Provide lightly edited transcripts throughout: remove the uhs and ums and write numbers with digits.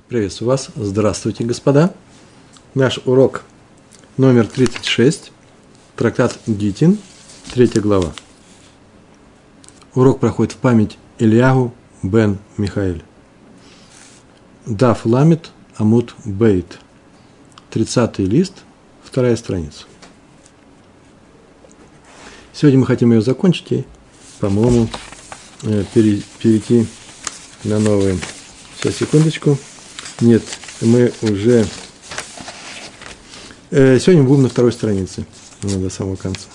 Приветствую вас. Здравствуйте, господа. Наш урок номер 36, трактат Гитин, 3 глава. Урок проходит в память Ильягу бен Михаэль. Даф ламит амут бейт. 30-й лист, 2 страница. Сегодня мы хотим ее закончить и, по-моему, перейти на новые. Сейчас, секундочку. Нет, мы уже... Сегодня мы будем на 2 странице, до самого конца.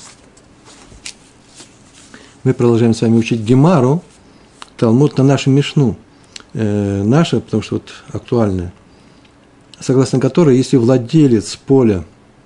Мы продолжаем с вами учить Гемару, Талмуд на нашу Мишну. Наша, потому что вот актуальная, согласно которой, если владелец поля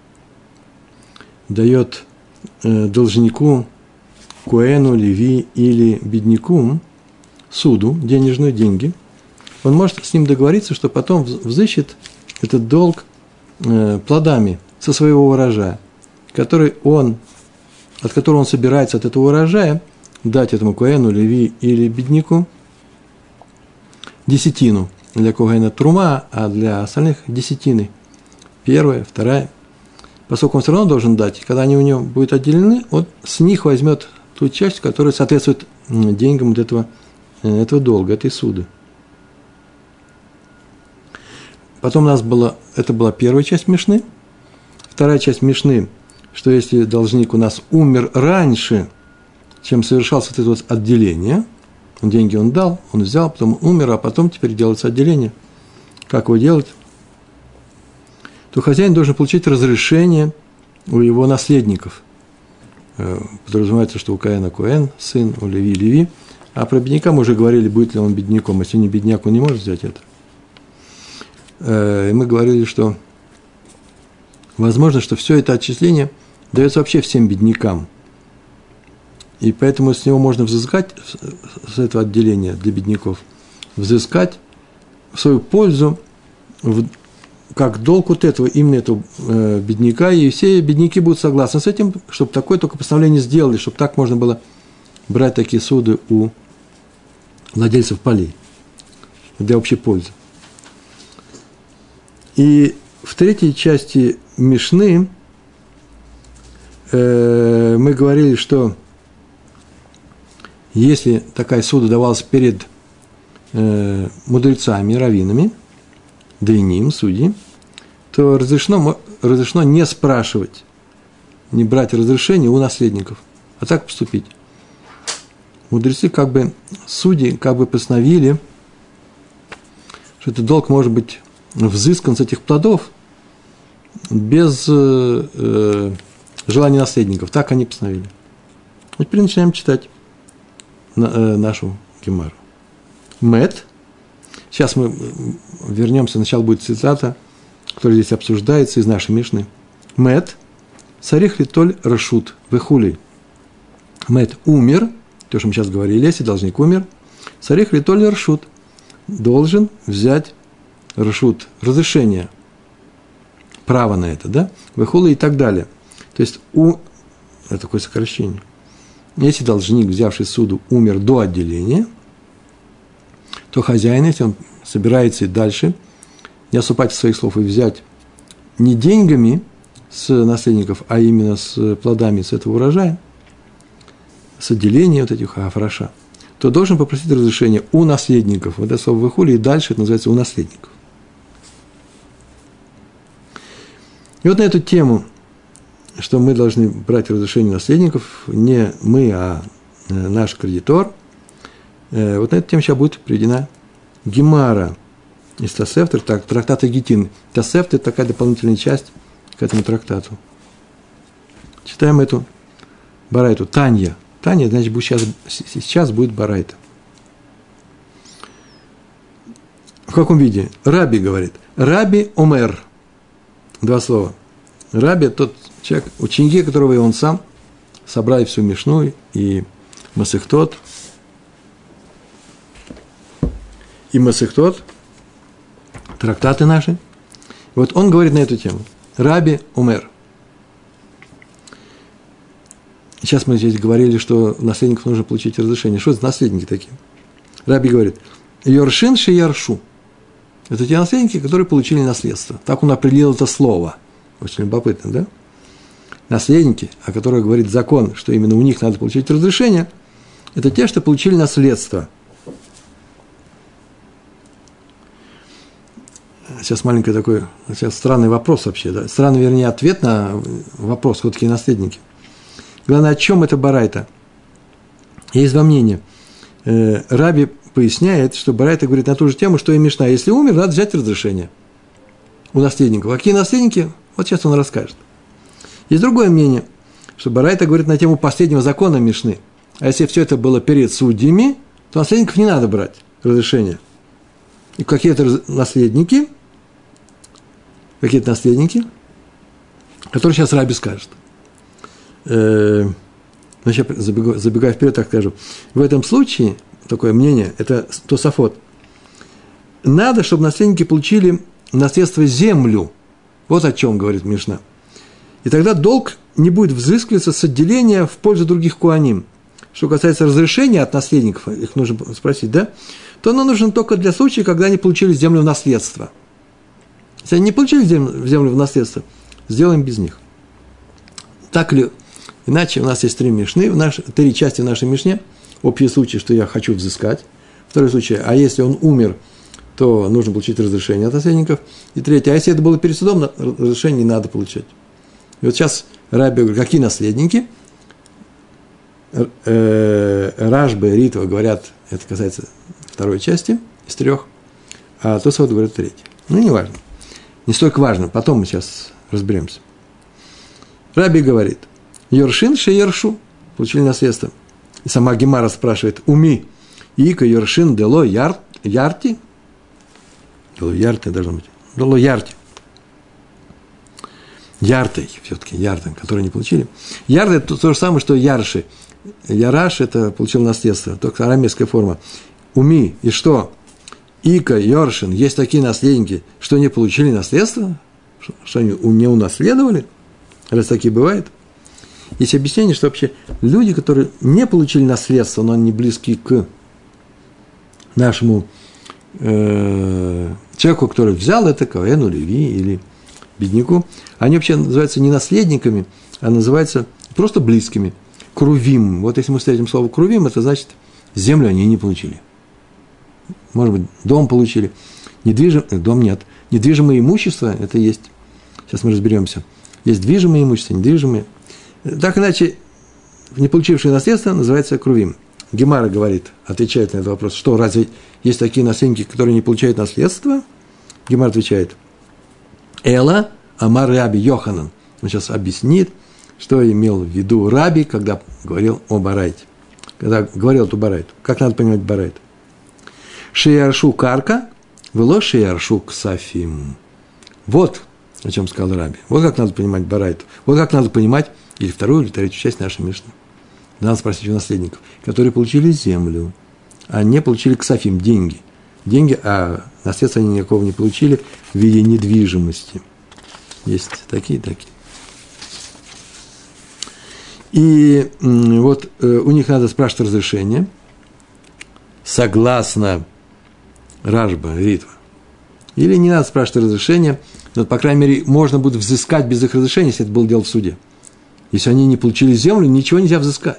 дает должнику, коэну, леви или бедняку суду, денежные деньги, он может с ним договориться, что потом взыщет этот долг плодами со своего урожая, от которого он собирается от этого урожая дать этому коэну, леви или бедняку десятину. Для коэна трума, а для остальных десятины. 1, 2. Поскольку он все равно должен дать, когда они у него будут отделены, он с них возьмет ту часть, которая соответствует деньгам этого долга, этой суды. Потом у нас это была первая часть Мишны. Вторая часть Мишны, что если должник у нас умер раньше, чем совершалось вот это вот отделение, деньги он дал, он взял, потом умер, а потом теперь делается отделение. Как его делать? То хозяин должен получить разрешение у его наследников. Подразумевается, что у коэна коэн, сын, у леви леви. А про бедняка мы уже говорили, будет ли он бедняком. Если не бедняк, он не может взять это. И мы говорили, что возможно, что все это отчисление дается вообще всем беднякам. И поэтому с него можно взыскать, с этого отделения для бедняков, взыскать в свою пользу, как долг вот этого, именно этого бедняка, и все бедняки будут согласны с этим, чтобы такое только постановление сделали, чтобы так можно было брать такие суды у владельцев полей для общей пользы. И в третьей части Мишны мы говорили, что если такая суда давалась перед мудрецами, раввинами, дейним, судьи, то разрешено не спрашивать, не брать разрешение у наследников, а так поступить. Мудрецы, судьи, постановили, что этот долг может быть взыскан с этих плодов без желания наследников. Так они постановили. И теперь начинаем читать нашу Гемару. Мэт. Сейчас мы вернемся, сначала будет цитата, которая здесь обсуждается из нашей Мишны. Мэт. Царих литоль рашут вехули. Мэт умер, то, что мы сейчас говорили, если должник умер, царих литоль рашут должен взять рашут, разрешение, право на это, да, вехули и так далее. То есть, это такое сокращение. Если должник, взявший суду, умер до отделения, то хозяин, если он собирается и дальше не отступать от своих слов и взять не деньгами с наследников, а именно с плодами с этого урожая, с отделения вот этих афраша, то должен попросить разрешения у наследников. Вот это слово «вехули», и дальше это называется «у наследников». И вот на эту тему, что мы должны брать разрешение наследников, не мы, а наш кредитор, вот на эту тему сейчас будет приведена Гемара из Тосефта, трактата Гитин. Тосефт – это такая дополнительная часть к этому трактату. Читаем эту барайту. Танья. Танья, значит, сейчас будет барайта. В каком виде? Раби говорит. Раби омер. 2 слова. Раби – тот человек, ученики которого и он сам собрали всю Мишну и Масехтот. Трактаты наши. Вот он говорит на эту тему. Раби омер. Сейчас мы здесь говорили, что наследников нужно получить разрешение. Что это за наследники такие? Раби говорит, Йоршин ши яршу. Это те наследники, которые получили наследство. Так он определил это слово. Очень любопытно, да? Наследники, о которых говорит закон, что именно у них надо получить разрешение, это те, что получили наследство. Сейчас маленький такой, сейчас странный вопрос вообще, да? Странный, вернее, ответ на вопрос, кто такие наследники. Главное, о чем это барайта? Есть два мнения. Раби поясняет, что барайта говорит на ту же тему, что и Мишна. Если умер, надо взять разрешение у наследников. Какие наследники? Вот сейчас он расскажет. Есть другое мнение, что барайта говорит на тему последнего закона Мишны. А если все это было перед судьями, то наследников не надо брать разрешение. И какие-то наследники, которые сейчас Раби скажет. Значит, забегая вперед, так скажу. В этом случае, такое мнение, это Тосафот, надо, чтобы наследники получили наследство землю. Вот о чем говорит Мишна. И тогда долг не будет взыскиваться с отделения в пользу других коаним. Что касается разрешения от наследников, их нужно спросить, да? То оно нужно только для случая, когда они получили землю в наследство. Если они не получили землю в наследство, сделаем без них. Так ли? Иначе у нас есть три мишны, три части в нашей мишне. Общий случай, что я хочу взыскать. Второй случай, а если он умер, то нужно получить разрешение от наследников. И третий, а если это было перед судом, разрешение не надо получать. И вот сейчас Раби говорит, какие наследники? Рашба и Ритва говорят, это касается второй части из трех, а Тосафот говорит третий. Ну, не важно. Не столько важно, потом мы сейчас разберемся. Раби говорит, Йоршин шеершу, получили наследство. И сама Гемара спрашивает, уми, ика Йоршин дело ярти? Дело ярти должно быть. Дело ярти. Яртой, все-таки, яртой, которые не получили. Ярд – это то же самое, что ярши. Яраш – это получил наследство, только арамейская форма. Уми, и что? Ика, Йоршин, есть такие наследники, что не получили наследство? Что они не унаследовали? Раз такие бывает. Есть объяснение, что вообще люди, которые не получили наследство, но они близки к нашему человеку, который взял это, Коэну, Леви или бедняку, они вообще называются не наследниками, а называются просто близкими. Крувим. Вот если мы встретим слово крувим, это значит, землю они не получили. Может быть, дом получили. Дом нет. Недвижимое имущество – это есть. Сейчас мы разберемся. Есть движимое имущество, недвижимое. Так иначе, не получившие наследство называется крувим. Гемара говорит, отвечает на этот вопрос, что разве есть такие наследники, которые не получают наследство? Гемара отвечает, Эла Амар Раби Йоханан. Он сейчас объяснит, что имел в виду Раби, когда говорил о барайте. Когда говорил эту барайту. Как надо понимать барайту? Шеяршу карка, вело шеяршу ксафим. Вот о чем сказал Раби. Вот как надо понимать барайту. Вот как надо понимать или вторую, или третью часть нашей Мишны. Надо спросить у наследников, которые получили землю, а не получили ксафим, деньги. Деньги, а наследства они никакого не получили в виде недвижимости. Есть такие. И вот у них надо спрашивать разрешение, согласно Рашба, Ритва. Или не надо спрашивать разрешение, но, по крайней мере, можно будет взыскать без их разрешения, если это было дело в суде. Если они не получили землю, ничего нельзя взыскать.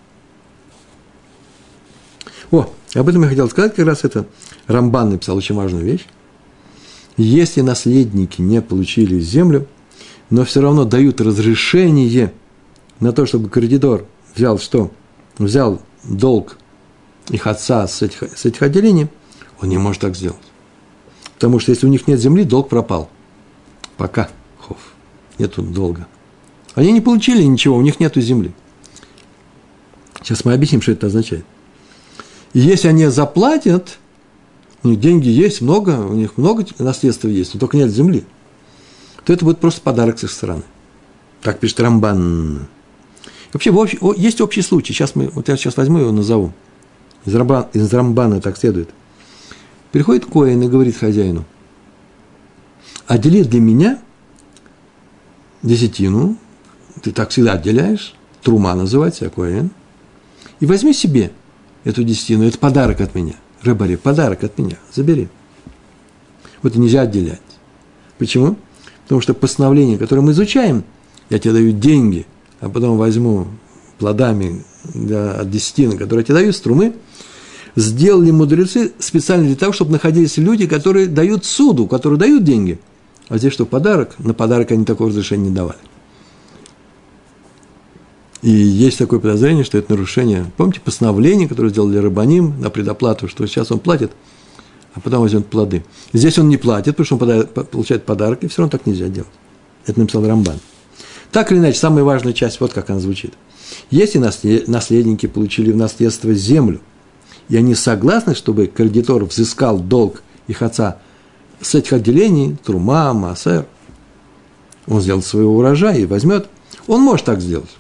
Об этом я хотел сказать, как раз это Рамбан написал очень важную вещь. Если наследники не получили землю, но все равно дают разрешение на то, чтобы кредитор взял что? Взял долг их отца с этих отделений, он не может так сделать. Потому что если у них нет земли, долг пропал. Пока, нету долга. Они не получили ничего, у них нету земли. Сейчас мы объясним, что это означает. И если они заплатят, у них деньги есть много, у них много наследства есть, но только нет земли, то это будет просто подарок с их стороны. Так пишет Рамбан. Вообще, есть общий случай. Я сейчас возьму его, назову. Из Рамбана так следует. Приходит коэн и говорит хозяину, отдели для меня десятину, ты так всегда отделяешь, трума называется, я коэн, и возьми себе эту десятину, это подарок от меня. Рыбари, подарок от меня, забери. Вот и нельзя отделять. Почему? Потому что постановление, которое мы изучаем, я тебе даю деньги, а потом возьму плодами от десятины, которые я тебе даю, струмы, сделали мудрецы специально для того, чтобы находились люди, которые дают суду, которые дают деньги. А здесь что, подарок? На подарок они такого разрешения не давали. И есть такое подозрение, что это нарушение. Помните постановление, которое сделали рабаним на предоплату, что сейчас он платит, а потом возьмет плоды. Здесь он не платит, потому что он получает подарок, и все равно так нельзя делать. Это написал Рамбан. Так или иначе, самая важная часть, вот как она звучит. Если наследники получили в наследство землю, и они согласны, чтобы кредитор взыскал долг их отца с этих отделений, трума, маасер, он сделает своего урожая и возьмет, он может так сделать.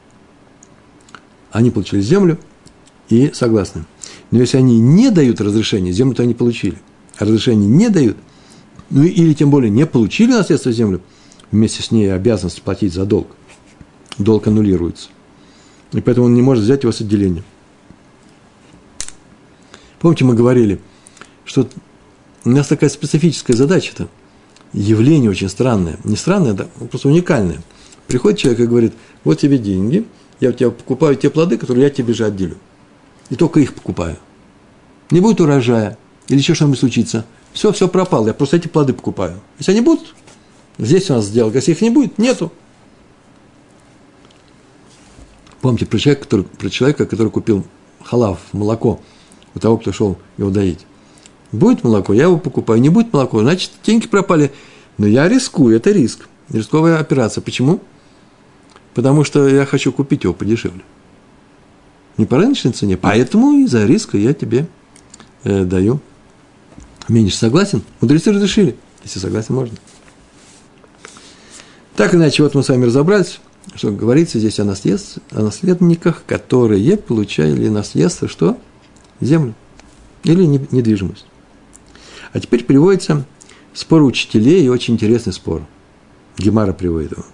Они получили землю и согласны. Но если они не дают разрешения, землю-то они получили, а разрешение не дают, ну или тем более не получили наследство землю, вместе с ней обязанность платить за долг. Долг аннулируется. И поэтому он не может взять его с отделения. Помните, мы говорили, что у нас такая специфическая задача-то, явление очень странное. Не странное, да, просто уникальное. Приходит человек и говорит, вот тебе деньги, я у тебя покупаю те плоды, которые я тебе же отделю. И только их покупаю. Не будет урожая, или еще что-нибудь случится. Все пропало, я просто эти плоды покупаю. Если они будут, здесь у нас сделка. Если их не будет, нету. Помните про человека, который купил халав, молоко, у того, кто шел его доить. Будет молоко, я его покупаю. Не будет молоко, значит, деньги пропали. Но я рискую, это риск. Рисковая операция. Почему? Потому что я хочу купить его подешевле. Не по рыночной цене, поэтому из-за риска я тебе даю. Меньше согласен? Мудрецы разрешили. Если согласен, можно. Так иначе, вот мы с вами разобрались, что говорится здесь о наследниках, которые получали наследство, что? Землю или недвижимость. А теперь приводится спор учителей, и очень интересный спор. Гемара приводит его.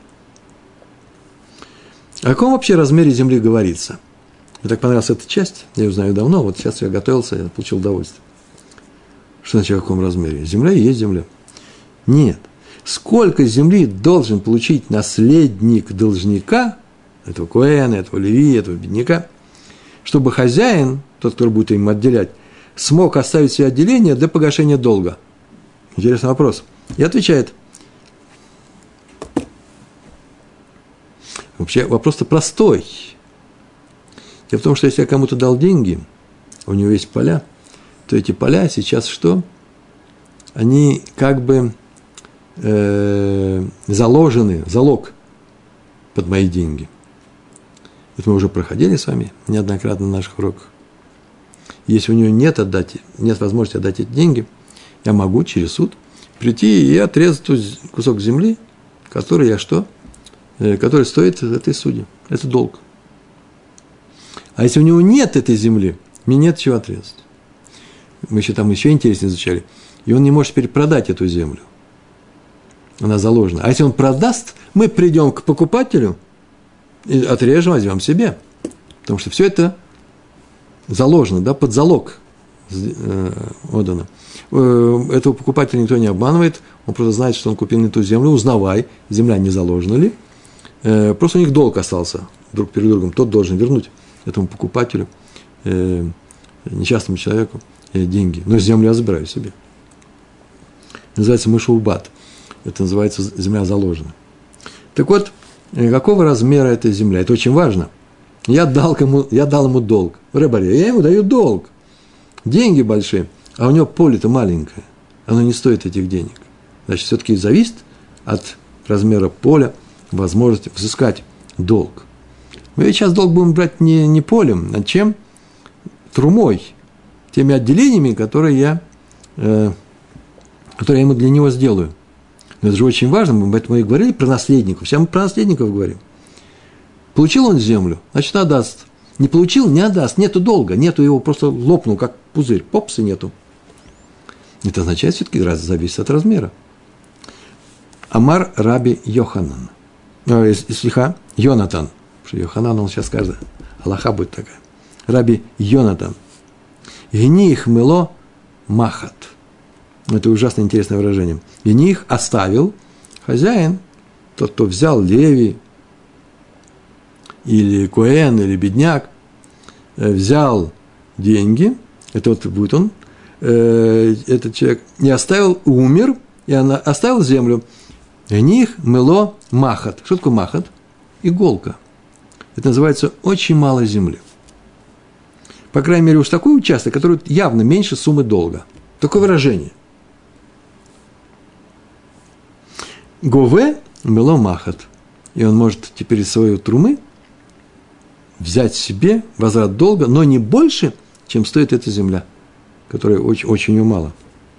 О каком вообще размере земли говорится? Мне так понравилась эта часть, я ее знаю давно, вот сейчас я готовился, я получил удовольствие. Что значит о каком размере? Земля и есть земля. Нет. Сколько земли должен получить наследник должника, этого коэна, этого леви, этого бедняка, чтобы хозяин, тот, который будет им отделять, смог оставить себе отделение для погашения долга? Интересный вопрос. И отвечает. Вообще вопрос-то простой. Дело в том, что если я кому-то дал деньги, у него есть поля, то эти поля сейчас что? Они как бы заложены, залог под мои деньги. Это мы уже проходили с вами неоднократно на наших уроках. Если у него нет возможности отдать эти деньги, я могу через суд прийти и отрезать кусок земли, который который стоит этой судьи. Это долг. А если у него нет этой земли, мне нет чего отрезать. Мы еще интереснее изучали. И он не может теперь продать эту землю. Она заложена. А если он продаст, мы придем к покупателю и отрежем, возьмем себе. Потому что все это заложено, да, под залог отдано. Этого покупателя никто не обманывает. Он просто знает, что он купил не ту землю. Узнавай, земля не заложена ли. Просто у них долг остался друг перед другом. Тот должен вернуть этому покупателю, несчастному человеку, деньги. Но землю я забираю себе. Называется мышоубат. Это называется земля заложена. Так вот, какого размера эта земля? Это очень важно. Я дал ему долг. Рыбаре, я ему даю долг. Деньги большие, а у него поле-то маленькое. Оно не стоит этих денег. Значит, все-таки зависит от размера поля возможность взыскать долг. Мы ведь сейчас долг будем брать не полем, а чем? Трумой. Теми отделениями, которые я ему для него сделаю. Но это же очень важно, мы и говорили про наследников. Сейчас мы про наследников говорим. Получил он землю, значит, отдаст. Не получил, не отдаст. Нету долга, нету его, просто лопнул, как пузырь. Попсы нету. Это означает, все-таки зависит от размера. Амар Раби Йоханан. Йонатан. Потому что Йоханан, он сейчас скажет, Аллаха будет такая. Раби Йонатан. Гни их мыло махат. Это ужасно интересное выражение. И них оставил хозяин, тот, кто взял Леви, или Коэн, или бедняк, взял деньги, это вот будет он, этот человек, не оставил, умер, и она оставил землю. И них мело махат. Что такое махат? Иголка. Это называется очень мало земли. По крайней мере, уж такой участок, который явно меньше суммы долга. Такое выражение. Гове мело махат. И он может теперь из своей трумы взять себе возврат долга, но не больше, чем стоит эта земля, которая очень, очень мало.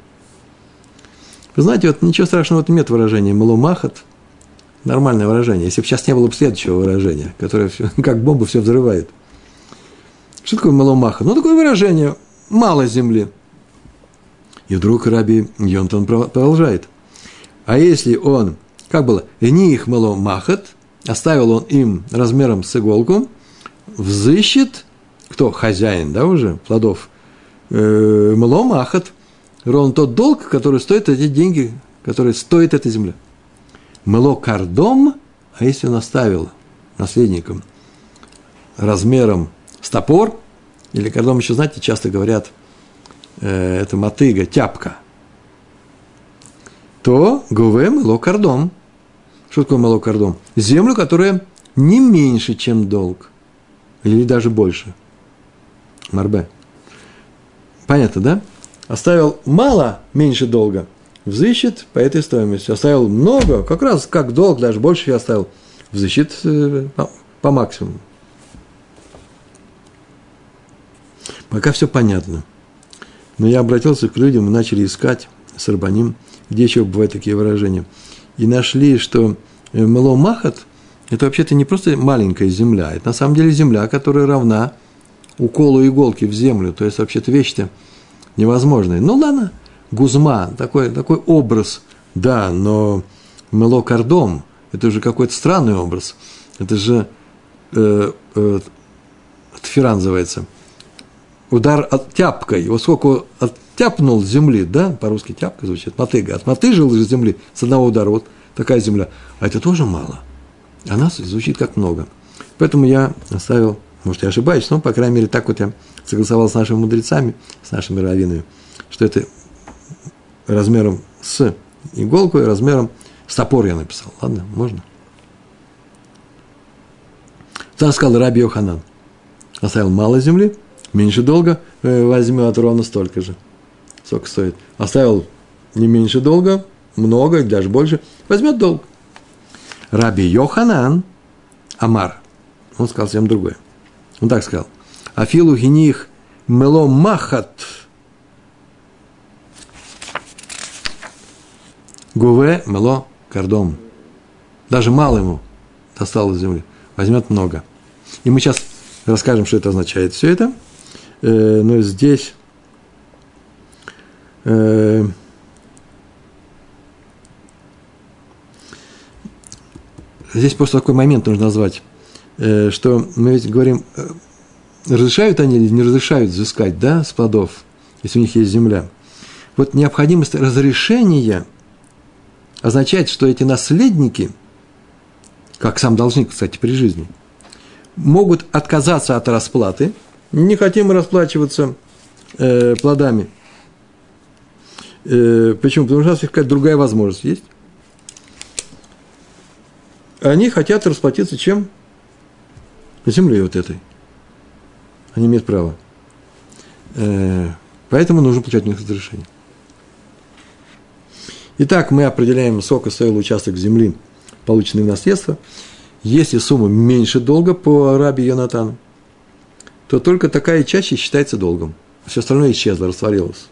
Вы знаете, вот ничего страшного в этом нет выражения «мело махат». Нормальное выражение. Если бы сейчас не было бы следующего выражения, которое все, как бомба все взрывает. Что такое «мело махат»? Ну, такое выражение «мало земли». И вдруг Раби Йонатан продолжает. А если он, как было, «ни их мело махат», оставил он им размером с иголку, взыщет, кто? Хозяин, да, уже, плодов, мело махат, ровно тот долг, который стоит эти деньги, который стоит эта земля. Мело кардом, а если он оставил наследникам размером с топор, или кардом еще, знаете, часто говорят, это мотыга, тяпка, то гуве мело кардом. Что такое мело кардом? Землю, которая не меньше, чем долг. Или даже больше. Марбе. Понятно, да? Оставил мало, меньше долга, взыщет по этой стоимости. Оставил много, как раз как долг, даже больше я оставил, взыщет по максимуму. Пока все понятно. Но я обратился к людям и начали искать с Рабаним, где еще бывают такие выражения. И нашли, что мело махат – это вообще-то не просто маленькая земля, это на самом деле земля, которая равна уколу иголки в землю. То есть, вообще-то вещь-то невозможная. Ну, ладно, гузма, такой образ, да, но мело кардом – это уже какой-то странный образ. Это же тфира называется. Удар от тяпкой. Вот сколько оттяпнул с земли, да, по-русски тяпка звучит, мотыга. Отмотыжил из земли с одного удара, вот такая земля. А это тоже мало. Она звучит как много. Поэтому я оставил, может, я ошибаюсь, но, по крайней мере, так вот я согласовал с нашими мудрецами, с нашими раввинами, что это размером с иголку и размером с топор я написал. Ладно, можно? Так сказал Раби Йоханан. Оставил мало земли, меньше долга, возьмет ровно столько же. Сколько стоит. Оставил не меньше долга, много, даже больше, возьмет долг. Раби Йоханан Амар, он сказал совсем другое. Он так сказал. Афилу гиних мело махат гуве мело кардом. Даже мало ему досталось земли, возьмет много. И мы сейчас расскажем, что это означает все это. Но здесь здесь просто такой момент нужно назвать, что мы ведь говорим, разрешают они или не разрешают взыскать, да, с плодов, если у них есть земля. Вот необходимость разрешения означает, что эти наследники, как сам должник, кстати, при жизни, могут отказаться от расплаты. Не хотим расплачиваться плодами. Почему? Потому что у нас какая-то другая возможность есть. Они хотят расплатиться чем? Землей вот этой. Они имеют право. Поэтому нужно получать у них разрешение. Итак, мы определяем, сколько стоил участок земли, полученный в наследство. Если сумма меньше долга по Раби Йонатану, то только такая чаще считается долгом. Все остальное исчезло, растворилось.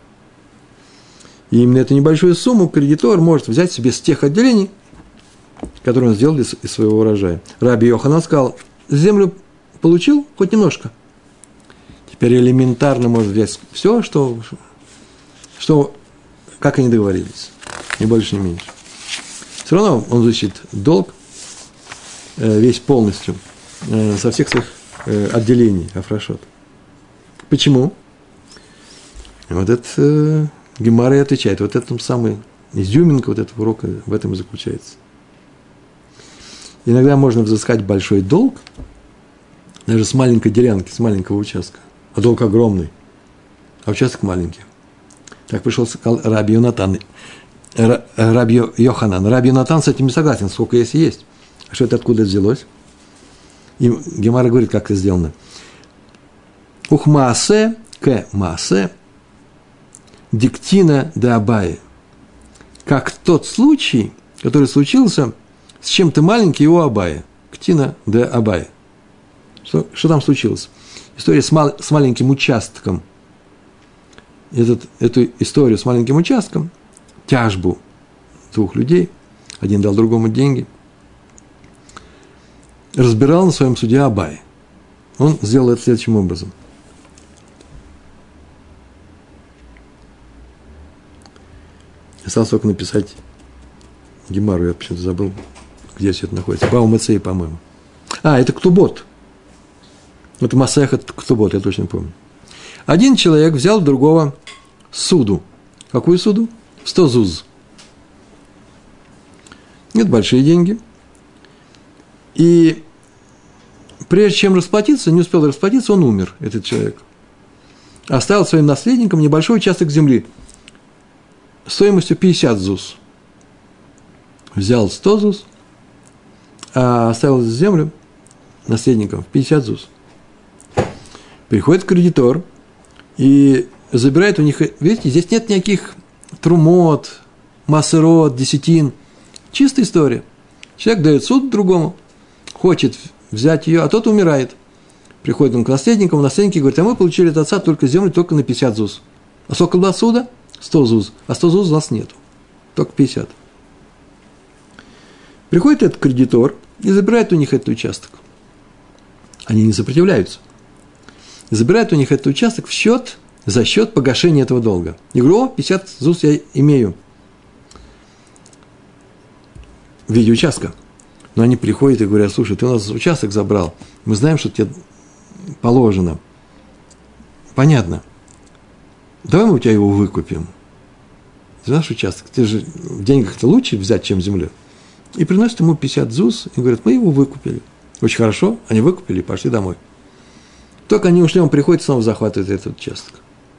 И именно эту небольшую сумму кредитор может взять себе с тех отделений, которые он сделал из своего урожая. Раби Йоханан сказал, землю получил хоть немножко. Теперь элементарно может взять все, что как они договорились. Ни больше, ни меньше. Все равно он защитит долг весь полностью, со всех своих отделений, афрашот. Почему? Вот это Гемара и отвечает. Вот это самая изюминка вот этого урока в этом и заключается. Иногда можно взыскать большой долг, даже с маленькой делянки, с маленького участка. А долг огромный, а участок маленький. Так пришел, сказал Раби Йонатан. Раби Йоханан. Раби Йонатан с этим не согласен, сколько есть. А что это откуда взялось? И Гемара говорит, как это сделано. Ухмаасе к маасе диктина де Абае. Как тот случай, который случился с чем-то маленьким у Абая. Ктина де Абае. Что там случилось? История с маленьким участком. Эту историю с маленьким участком, тяжбу двух людей, один дал другому деньги, разбирал на своем суде Абай. Он сделал это следующим образом. Осталось только написать Гемару, я почему-то забыл, где все это находится. Баумэцей, по-моему. Это Ктубот. Это Масехет Ктубот, я точно помню. Один человек взял другого суду. Какую суду? 100 зуз. Это большие деньги. И прежде чем расплатиться, не успел расплатиться, он умер, этот человек. Оставил своим наследникам небольшой участок земли стоимостью 50 зуз. Взял 100 зуз, а оставил землю наследникам в 50 зуз. Приходит кредитор и забирает у них, видите, здесь нет никаких трумот, массерот, десятин. Чистая история. Человек дает суд другому, хочет взять ее, а тот умирает. Приходит он к наследникам, наследники говорят, мы получили от отца только землю только на 50 зуз. А сколько было суда? 100 зуз. А 100 зуз у нас нету. Только 50. Приходит этот кредитор и забирает у них этот участок. Они не сопротивляются. Забирает у них этот участок за счет погашения этого долга. И говорю, 50 зуз я имею в виде участка. Но они приходят и говорят, слушай, ты у нас участок забрал, мы знаем, что тебе положено. Понятно. Давай мы у тебя его выкупим. Ты наш участок, ты же в деньгах-то лучше взять, чем землю. И приносят ему 50 зуз и говорят, мы его выкупили. Очень хорошо, они выкупили и пошли домой. Только они ушли, он приходит, снова захватывает этот участок.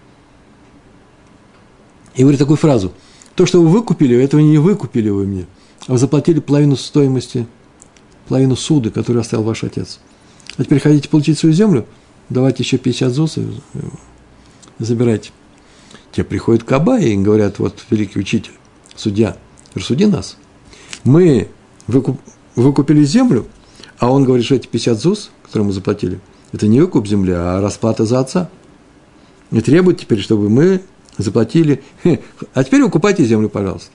И говорит такую фразу. То, что вы выкупили, этого не выкупили вы мне, а вы заплатили половину стоимости, половину суды, которую оставил ваш отец. А теперь хотите получить свою землю, давайте еще 50 зуз и забирайте. Те приходят к Абае и говорят, вот, великий учитель, судья, рассуди нас. Мы выкупили землю, а он говорит, что эти 50 зуз, которые мы заплатили, это не выкуп земли, а расплата за отца. И требует теперь, чтобы мы заплатили. А теперь выкупайте землю, пожалуйста.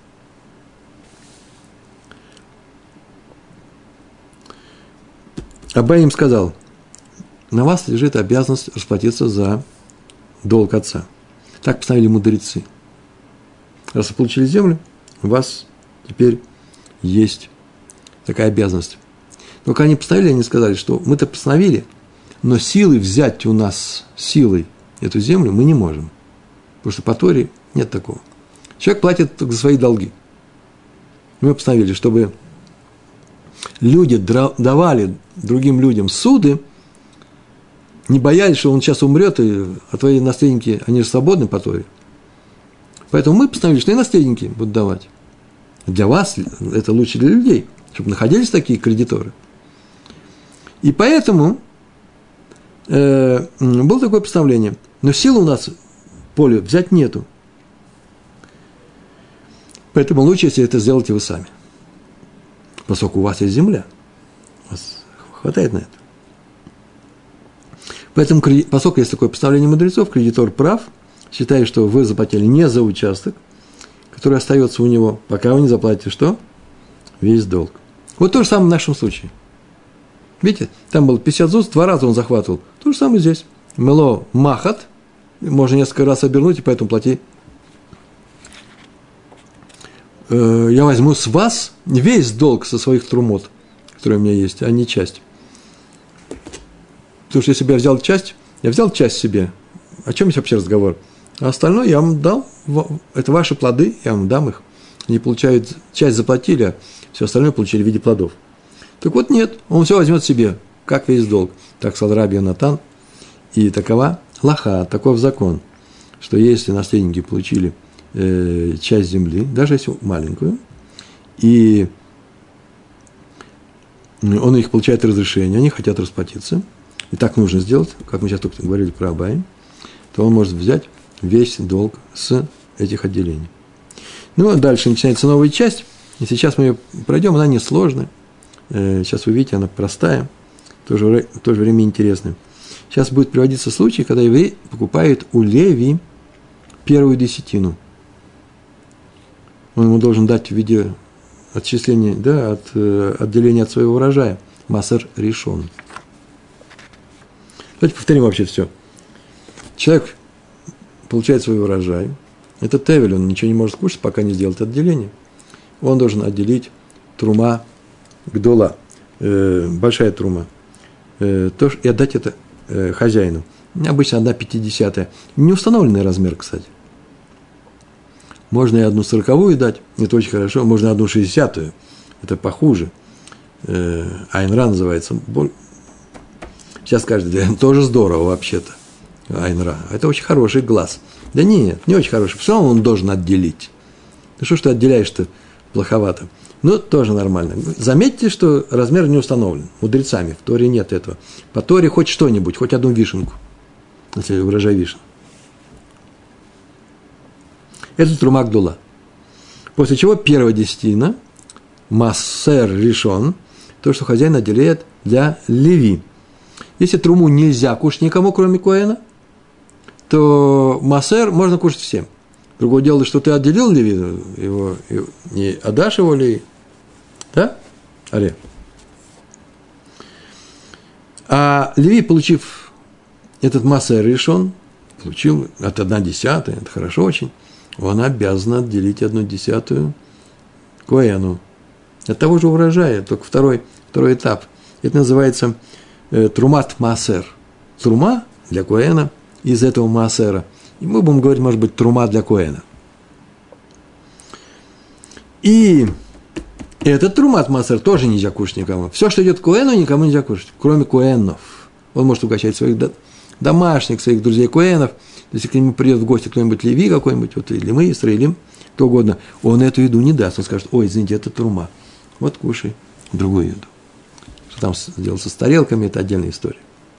Абай им сказал, на вас лежит обязанность расплатиться за долг отца. Так постановили мудрецы. Раз вы получили землю, у вас теперь есть такая обязанность. Только они постановили, они сказали, что мы-то постановили, но силой взять у нас, силой эту землю мы не можем. Потому что по Торе нет такого. Человек платит только за свои долги. Мы постановили, чтобы люди давали другим людям суды, не боялись, что он сейчас умрет, а твои наследники, они же свободны по Торе. Поэтому мы постановили, что и наследники будут давать. Для вас это лучше для людей, чтобы находились такие кредиторы. И поэтому было такое постановление. Но сил у нас поле взять нету. Поэтому лучше, если это сделаете вы сами. Поскольку у вас есть земля. У вас хватает на это. Поэтому, поскольку есть такое постановление мудрецов, кредитор прав, считая, что вы заплатили не за участок, который остается у него, пока вы не заплатите что? Весь долг. Вот то же самое в нашем случае. Видите, там было 50 зуз, 2 раза он захватывал. То же самое здесь. Мело махат, можно несколько раз обернуть, и поэтому плати. Я возьму с вас весь долг со своих трумот, которые у меня есть, а не часть. Потому что если бы я взял часть себе. О чем здесь вообще разговор? А остальное я вам дал, это ваши плоды, я вам дам их. Они получают, часть заплатили, а все остальное получили в виде плодов. Так вот нет, он все возьмет себе, как весь долг. Так сказал Раби Йонатан. И такова лаха, таков закон, что если наследники получили часть земли, даже если маленькую, и он их получает разрешение, они хотят расплатиться, и так нужно сделать, как мы сейчас только говорили про Абай, то он может взять весь долг с этих отделений. Ну, а дальше начинается новая часть, и сейчас мы ее пройдем, она несложная. Сейчас вы видите, она простая, в то же время интересная. Сейчас будет приводиться случай, когда еврей покупает у Леви первую десятину. Он ему должен дать в виде отчисления, да, отделения от своего урожая. Масер решен. Давайте повторим вообще все. Человек получает свой урожай. Это тевель, он ничего не может кушать, пока не сделает отделение. Он должен отделить трума гдола, большая трума, и отдать это хозяину. Обычно 1/50. Не установленный размер, кстати. Можно и 1/40 дать, это очень хорошо. Можно 1/60, это похуже. Айнра называется. Сейчас скажете, да, тоже здорово вообще-то. Айнра. Это очень хороший глаз. Да нет, не очень хороший. Все равно он должен отделить. Ну что ж ты отделяешь-то плоховато? Ну, тоже нормально. Заметьте, что размер не установлен мудрецами. В Торе нет этого. По Торе хоть что-нибудь, хоть одну вишенку. Если урожай вишен. Это трума гдула. После чего первая десятина, массер решен, то, что хозяин отделяет для леви. Если труму нельзя кушать никому, кроме коэна, то массер можно кушать всем. Другое дело, что ты отделил леви, его не отдашь его ли? Да? Аре. А леви, получив этот массер решен, получил от 1/10, это хорошо очень, он обязан отделить 1/10 коэну. От того же урожая, только второй этап. Это называется трумат массер. Трума для коэна из этого массера. И мы будем говорить, может быть, трума для коэна. И этот трумат массер тоже нельзя кушать никому. Все, что идет к коэну, никому нельзя кушать, кроме коэнов. Он может угощать своих домашних, своих друзей коэнов. Если к нему придет в гости кто-нибудь леви какой-нибудь, вот, или мы, Исраилим, кто угодно, он эту еду не даст. Он скажет: ой, извините, это трума. Вот кушай другую еду. Что там сделается с тарелками, это отдельная история.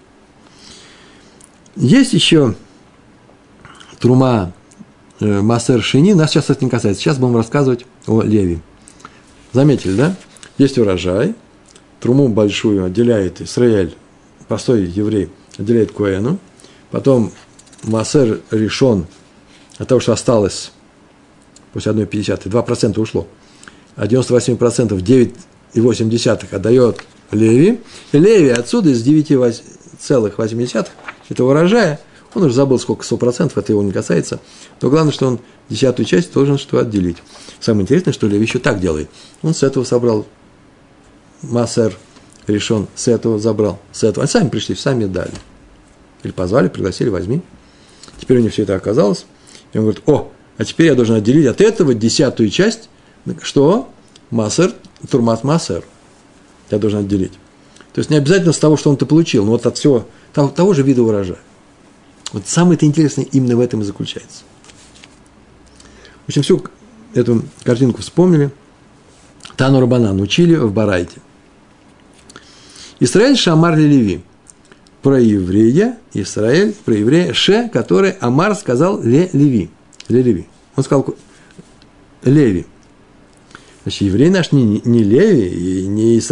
Есть еще трума массер шини, нас сейчас это не касается. Сейчас будем рассказывать о леви. Заметили, да? Есть урожай, труму большую отделяет Исраэль, простой еврей, отделяет коэну, потом массер решен от того, что осталось после 1/50, 2% ушло, а 98%, 9,8 отдает леви, и леви отсюда из 9,8 этого урожая, он уже забыл, сколько 100%, это его не касается, то главное, что он 10-ю часть должен что отделить. Самое интересное, что леви еще так делает. Он с этого собрал массер решен, с этого забрал, с этого. Они сами пришли, сами дали. Или позвали, пригласили, возьми. Теперь у них все это оказалось. И он говорит: о, а теперь я должен отделить от этого 10-ю часть, что? Массер, турмат массер. Я должен отделить. То есть не обязательно с того, что он-то получил, но вот от всего того же вида урожая. Вот самое-то интересное именно в этом и заключается. В общем, всю эту картинку вспомнили. Тану Рабанан учили в Барайте. Исраэль шамар ли леви. Про еврея, Исраэль, про еврея, ше, который Амар сказал ле леви. Ле леви. Он сказал леви. Значит, еврей наш не леви, и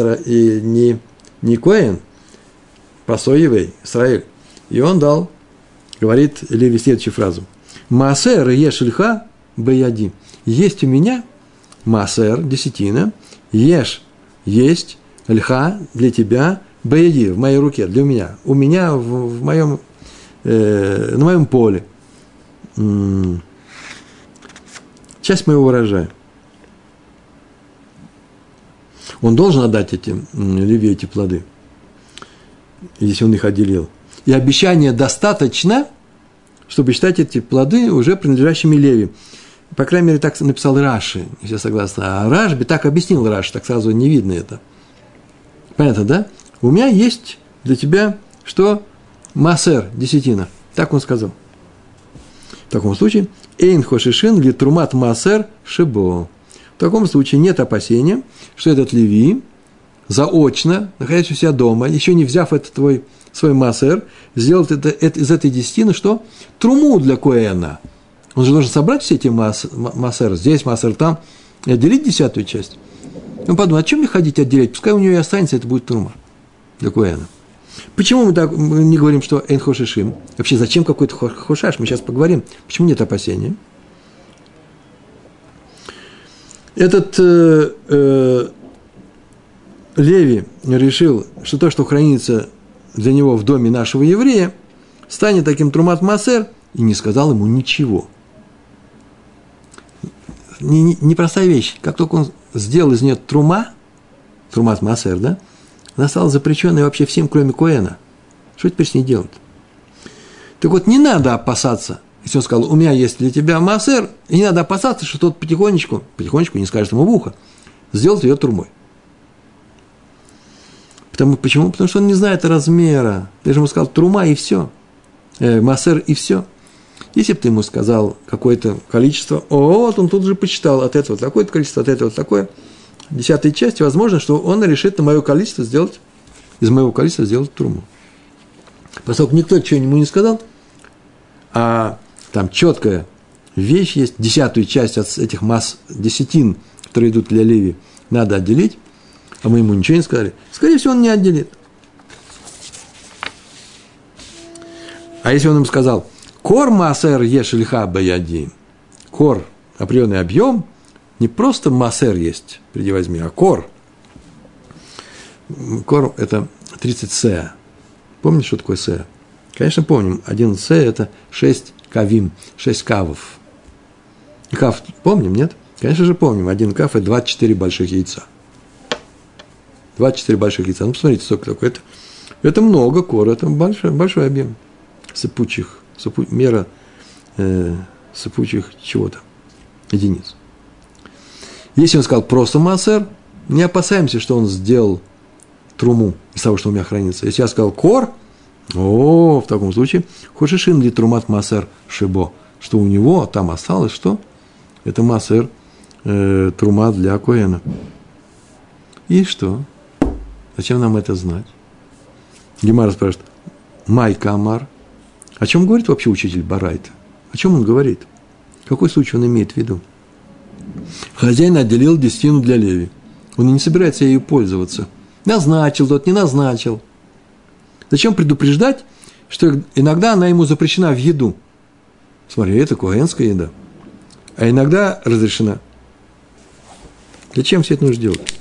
не коэн, простой еврей, Исраэль. И он дал, говорит леви следующую фразу. Маасер ешельха баяди. Есть у меня маасер, десятина, еш, есть, льха для тебя, баяди, в моей руке, для меня. У меня в моем, на моем поле. Часть моего урожая. Он должен отдать леви эти плоды, если он их отделил. И обещание достаточно, чтобы считать эти плоды уже принадлежащими Леви. По крайней мере, так написал Раши, не все согласны. А Рашби так объяснил Раши, так сразу не видно это. Понятно, да? У меня есть для тебя что? Маасер, десятина. Так он сказал. В таком случае, эйн хошишин ли трумат маасер шибо. В таком случае нет опасения, что этот Леви заочно, находясь у себя дома, еще не взяв этот свой маасер, сделает из этой десятины что? Труму для коэна. Он же должен собрать все эти маасеры, здесь маасер, там, и отделить 10-ю часть. Он подумал, о чем мне ходить отделять? Пускай у него и останется, это будет трума для коэна. Почему мы не говорим, что эйн хошишим? Вообще, зачем какой-то хошаш? Мы сейчас поговорим. Почему нет опасения? Этот Леви решил, что то, что хранится для него в доме нашего еврея, станет таким трумат маасер, и не сказал ему ничего. Непростая вещь. Как только он сделал из нее трумат маасер, да, она стала запрещенной вообще всем, кроме коэна. Что теперь с ней делать? Так вот, не надо опасаться, если он сказал, у меня есть для тебя маасер, и не надо опасаться, что тот потихонечку не скажет ему в ухо, сделает ее трумой. Почему? Потому что он не знает размера. Ты же ему сказал трума и все. Маасер и все. Если бы ты ему сказал какое-то количество, вот он тут же посчитал от этого такое-то количество, от этого такое, 10-й части, возможно, что он решит на мое количество сделать, из моего количества сделать труму. Поскольку никто ничего ему не сказал, а там четкая вещь есть, 10-ю часть от этих десятин, которые идут для Леви, надо отделить, а мы ему ничего не сказали, скорее всего, он не отделит. А если он ему сказал, кор маасер ешельха баяди, кор, определенный объем, не просто маасер есть, приди возьми, а кор. Кор – это 30 сеа. Помните, что такое сеа? Конечно, помним. 1 сеа – это 6 кавим, 6 кавов. Кав помним, нет? Конечно же помним. 1 кав – это 24 больших яйца. 24 больших яйца. Ну, посмотрите, сколько такое. Это много кор, это большой объем мера сыпучих чего-то, единиц. Если он сказал просто маасер, не опасаемся, что он сделал труму из того, что у меня хранится. Если я сказал кор, в таком случае, хошишин ли трумат маасер шибо, что у него там осталось, что? Это маасер трума для коэна. И что? Зачем нам это знать? Гемара спрашивает, майка амар. О чем говорит вообще учитель Барайта? О чем он говорит? Какой случай он имеет в виду? Хозяин отделил десятину для Леви. Он и не собирается ею пользоваться. Назначил тот, не назначил. Зачем предупреждать, что иногда она ему запрещена в еду? Смотри, это коэнская еда. А иногда разрешена. Зачем все это нужно делать?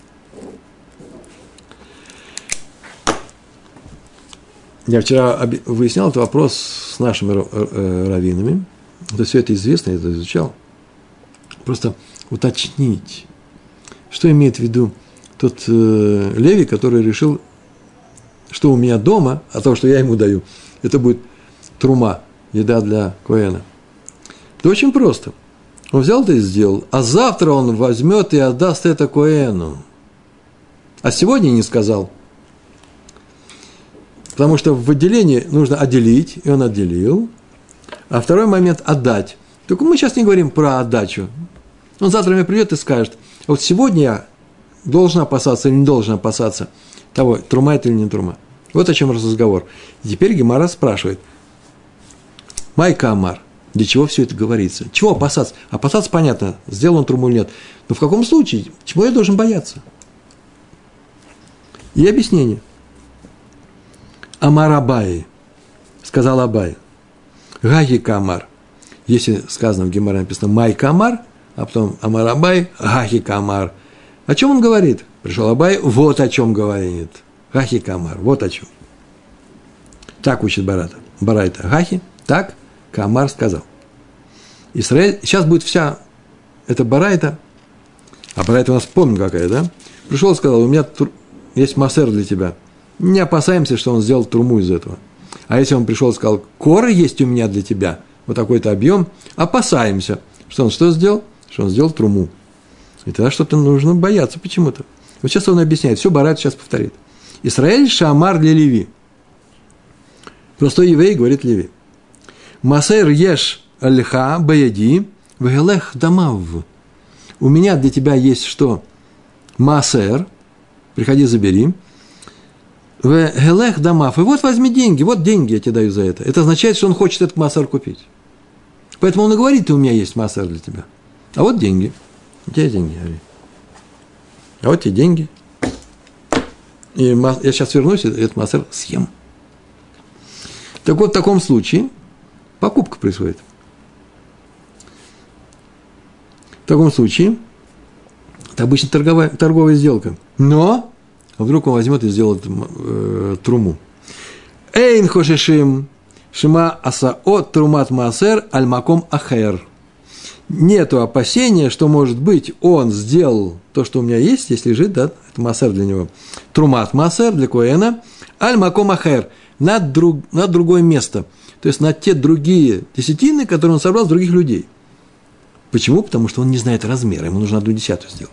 Я вчера выяснял этот вопрос с нашими раввинами. Это все это известно, я это изучал. Просто уточнить, что имеет в виду тот Леви, который решил, что у меня дома, а то, что я ему даю, это будет трума, еда для коэна. Это очень просто. Он взял это и сделал, а завтра он возьмет и отдаст это коэну. А сегодня не сказал. Потому что в отделении нужно отделить, и он отделил. А второй момент – отдать. Только мы сейчас не говорим про отдачу. Он завтра мне придет и скажет, вот сегодня я должен опасаться или не должен опасаться того, трума это или не трума. Вот о чем разговор. И теперь Гемара спрашивает, майка амар, для чего все это говорится? Чего опасаться? Опасаться понятно, сделал он труму или нет. Но в каком случае? Чего я должен бояться? И объяснение. Амар Абай, сказал Абай, Гаги Камар. Если сказано в Гемаре написано Май Камар, а потом Амар Абай, Гаги Камар. О чем он говорит? Пришел Абай, вот о чем говорит. Гаги Камар, вот о чем. Так учит Барайта. Гаги, так Камар сказал. Исраэль, сейчас будет вся эта Барайта, а Барайта у нас помним какая, да? Пришел и сказал, у меня есть маасер для тебя. Не опасаемся, что он сделал труму из этого. А если он пришел и сказал, кора есть у меня для тебя, вот такой-то объем, опасаемся, что он что сделал? Что он сделал труму. И тогда что-то нужно бояться почему-то. Вот сейчас он объясняет, все Барат сейчас повторит. Исраэль шамар для Леви. Простой еврей говорит Леви. Масер еш альха баяди вегелех дамав. У меня для тебя есть что? Масер, приходи забери. Вегелех дамав. И вот возьми деньги, вот деньги я тебе даю за это. Это означает, что он хочет этот масер купить. Поэтому он и говорит, у меня есть масер для тебя. А вот деньги. Где деньги? А вот тебе деньги. И я сейчас вернусь, и этот массер съем. Так вот, в таком случае покупка происходит. В таком случае это обычно торговая сделка. Но вдруг он возьмет и сделает труму. Эйн хошешим шима асао трумат маасер аль маком ахер. Нету опасения, что, может быть, он сделал то, что у меня есть, здесь лежит, да, это массер для него. Трумат массер для коэна, аль маком ахер, на другое место. То есть, на те другие десятины, которые он собрал с других людей. Почему? Потому что он не знает размера, ему нужно 1/10 сделать.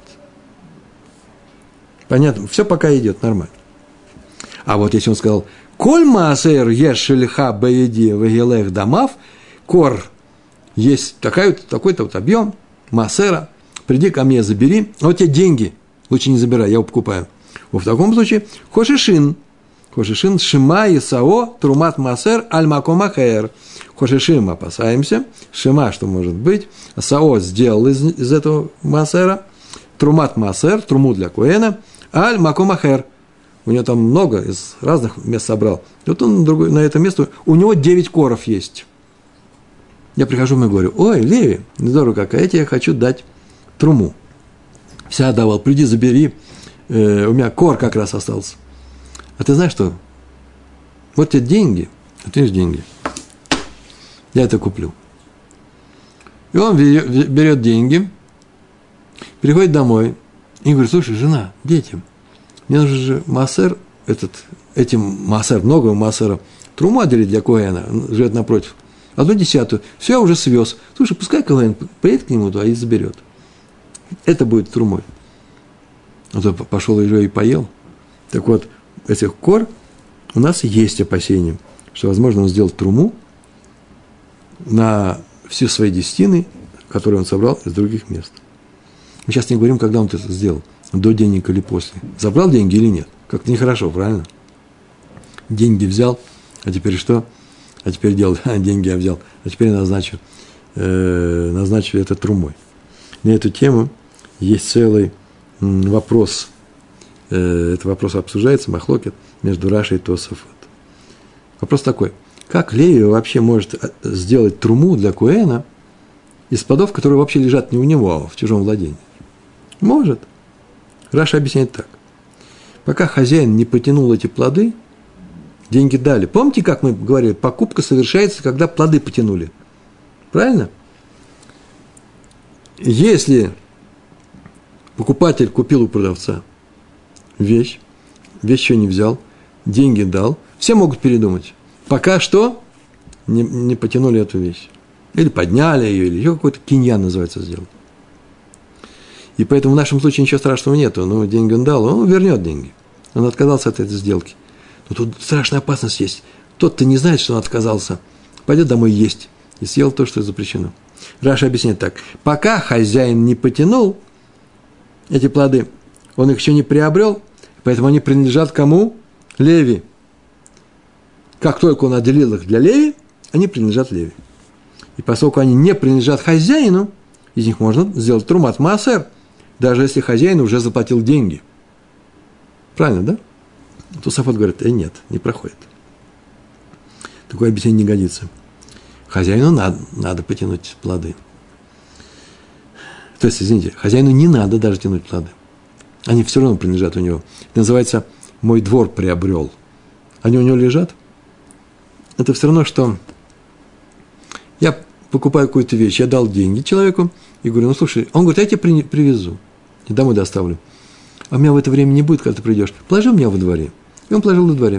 Понятно? Все пока идет нормально. А вот если он сказал, коль маасер еш шельха баеди вегелех дамав, кор, есть такой-то вот объем массера, приди ко мне, забери, а вот тебе деньги, лучше не забирай, я его покупаю. Вот в таком случае, хошишин, шима и сао, трумат массер, аль маком ахер. Хошишим, опасаемся, шима, что может быть, сао сделал из этого массера, трумат массер, труму для коэна, аль маком ахер. У него там много, из разных мест собрал. И вот он на это место, у него 9 коров есть. Я прихожу ему и говорю, ой, Леви, здорово как, а я тебе хочу дать труму. Вся отдавал, приди, забери, у меня кор как раз остался. А ты знаешь что? Вот тебе деньги, деньги, я это куплю. И он берет деньги, приходит домой и говорит, слушай, жена, дети, мне нужен же массер, этим массер, много массера, труму отделить для коэна, он живет напротив. 1/10. Все, я уже свез. Слушай, пускай коэн приедет к нему туда и заберет. Это будет трумой. А то пошел уже и поел. Так вот, этих кор у нас есть опасения, что, возможно, он сделал труму на все свои десятины, которые он собрал из других мест. Мы сейчас не говорим, когда он это сделал. До денег или после. Забрал деньги или нет? Как-то нехорошо, правильно? Деньги взял, а теперь что? А теперь деньги я взял, а теперь назначу это трумой. На эту тему есть целый вопрос. Этот вопрос обсуждается, махлокет, между Рашей и Тосафот. Вопрос такой. Как Леви вообще может сделать труму для коэна из плодов, которые вообще лежат не у него, а в чужом владении? Может. Раша объясняет так. Пока хозяин не потянул эти плоды, деньги дали. Помните, как мы говорили, покупка совершается, когда плоды потянули. Правильно? Если покупатель купил у продавца вещь еще не взял, деньги дал, все могут передумать. Пока что не потянули эту вещь. Или подняли ее, или еще какой-то киньян называется сделал. И поэтому в нашем случае ничего страшного нету. Ну, деньги он дал, он вернет деньги. Он отказался от этой сделки. Но тут страшная опасность есть. Тот-то не знает, что он отказался. Пойдет домой есть. И съел то, что запрещено. Раша объясняет так. Пока хозяин не потянул эти плоды, он их еще не приобрел, поэтому они принадлежат кому? Леви. Как только он отделил их для Леви, они принадлежат Леви. И поскольку они не принадлежат хозяину, из них можно сделать трумат маасер, даже если хозяин уже заплатил деньги. Правильно, да? Тосафот говорит, нет, не проходит. Такое объяснение не годится. Хозяину надо потянуть плоды. То есть, извините, хозяину не надо даже тянуть плоды. Они все равно принадлежат у него. Это называется «мой двор приобрел». Они у него лежат. Это все равно, что я покупаю какую-то вещь, я дал деньги человеку и говорю, ну, слушай, он говорит, я тебе привезу и домой доставлю. А у меня в это время не будет, когда ты придешь. Положи у меня во дворе. И он положил во дворе.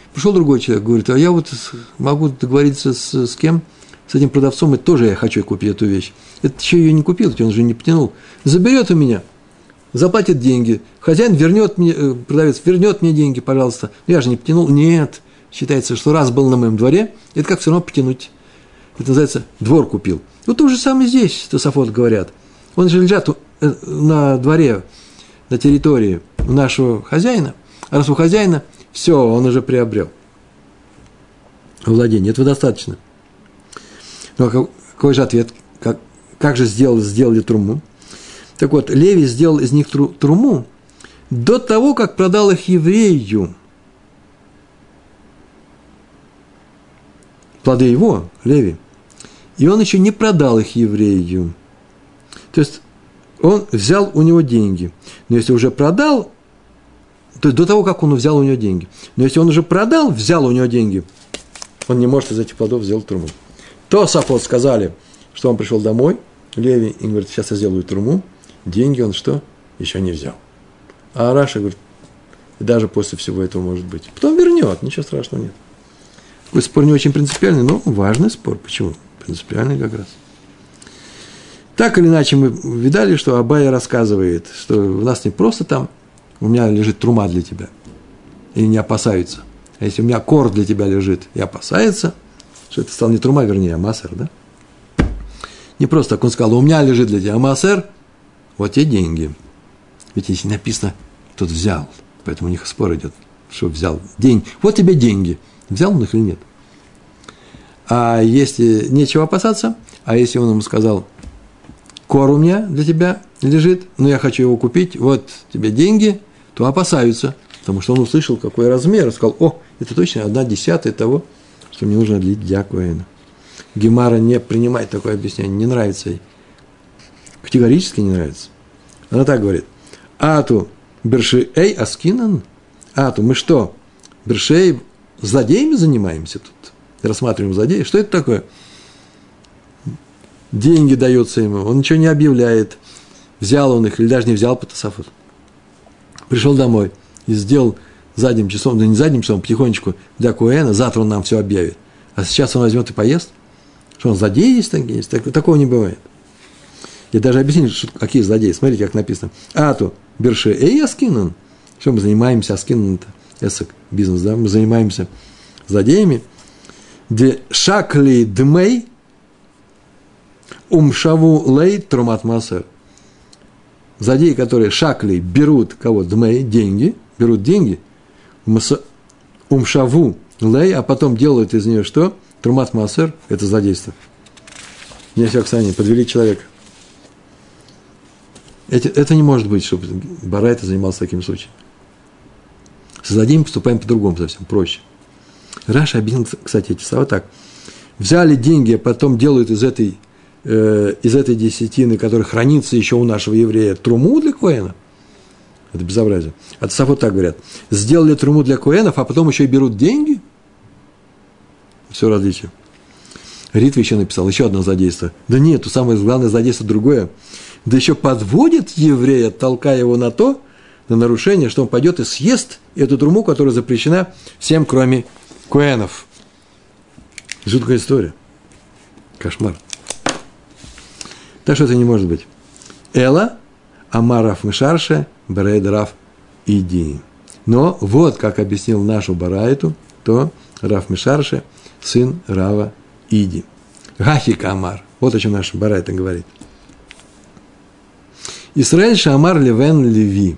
Пришел другой человек, говорит, а я вот могу договориться с кем? С этим продавцом, и тоже я хочу купить эту вещь. Это еще ее не купил, он же не потянул. Заберет у меня, заплатит деньги. Хозяин вернет мне, продавец вернет мне деньги, пожалуйста. Я же не потянул. Нет, считается, что раз был на моем дворе, это как все равно потянуть. Это называется двор купил. Вот то же самое здесь, Тосафот говорят. Он же лежат на дворе, на территории у нашего хозяина. А раз у хозяина, все, он уже приобрел владение. Этого достаточно. Ну, какой же ответ? Как же сделали труму? Так вот, Леви сделал из них труму до того, как продал их еврею. Плоды его, Леви. И он еще не продал их еврею. То есть, он взял у него деньги. Но если уже продал, то есть до того, как он взял у него деньги. Но если он уже продал, взял у него деньги, он не может из этих плодов сделать труму. Тосафот сказали, что он пришел домой, Леви, и говорит, сейчас я сделаю труму. Деньги он что? Еще не взял. А Раша говорит, даже после всего этого может быть. Потом вернет, ничего страшного нет. Такой спор не очень принципиальный, но важный спор. Почему? Принципиальный как раз. Так или иначе, мы видали, что Абай рассказывает, что у нас не просто там, у меня лежит трума для тебя, и не опасаются. А если у меня кор для тебя лежит и опасается, что это стал не трума, вернее, а маасер, да? Не просто так он сказал, у меня лежит для тебя маасер, вот те деньги. Ведь если написано, тот взял, поэтому у них спор идет, что взял деньги. Вот тебе деньги. Взял он их или нет? А если нечего опасаться, а если он ему сказал, кор у меня для тебя лежит, но я хочу его купить, вот тебе деньги, то опасаются, потому что он услышал, какой размер, и сказал, о, это точно 1/10 того, что мне нужно для коэна. Гемара не принимает такое объяснение, не нравится ей. Категорически не нравится. Она так говорит, ату бершей аскинан, ату, мы что, бершей злодеями занимаемся тут? Рассматриваем злодеев. Что это такое? Деньги даются ему, он ничего не объявляет. Взял он их или даже не взял по Тосафоту. Пришел домой и сделал задним числом, да не задним числом, потихонечку для коэна, завтра он нам все объявит. А сейчас он возьмет и поест. Что он злодей есть такие? Есть? Такого не бывает. Я даже объяснил, какие злодеи. Смотрите, как написано. Ату берше эй аскинан. Что мы занимаемся? Аскинан – это бизнес, да? Мы занимаемся злодеями. Де шакли дмей умшаву лей трумат маасер. Злодеи, которые шакли берут кого? Дмей, деньги, берут деньги, умшаву лей, а потом делают из нее что? Трумат маасер – это злодейство. Не все, кстати, подвели человека. Это не может быть, чтобы Барайта занимался таким случаем. Со злодеями поступаем по-другому совсем, проще. Раша объяснил, кстати, эти слова так. Взяли деньги, а потом делают из этой десятины, которая хранится еще у нашего еврея, труму для коэна. Это безобразие. А Тосафот так говорят. Сделали труму для коэнов, а потом еще и берут деньги. Все различие. Ритва еще написал, еще одно злодейство. Да нет, самое главное злодейство другое. Да еще подводит еврея, толкая его на то, на нарушение, что он пойдет и съест эту труму, которая запрещена всем, кроме коэнов. Жуткая история. Кошмар. Так что это не может быть. Эла, Амарав Мишарше, Берейд Раф Иди. Но вот, как объяснил нашу Барайту, то Раф Мишарше, сын Рава Иди. Гахик Амар. Вот о чем наша Барайта говорит. Исраэль Шамар Левен Леви.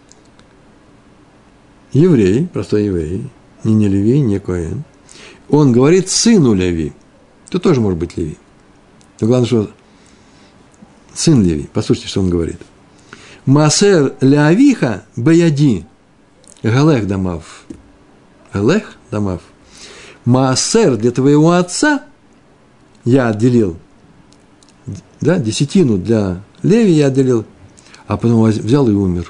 Еврей, простой еврей, не Леви, не Коэн. Он говорит сыну Леви. Это тоже может быть Леви. Но главное, что сын Леви. Послушайте, что он говорит. Маасер Леавиха Баяди. Галех Дамав. Галех Дамав. Маасер для твоего отца я отделил. Да, десятину для Леви я отделил. А потом взял и умер.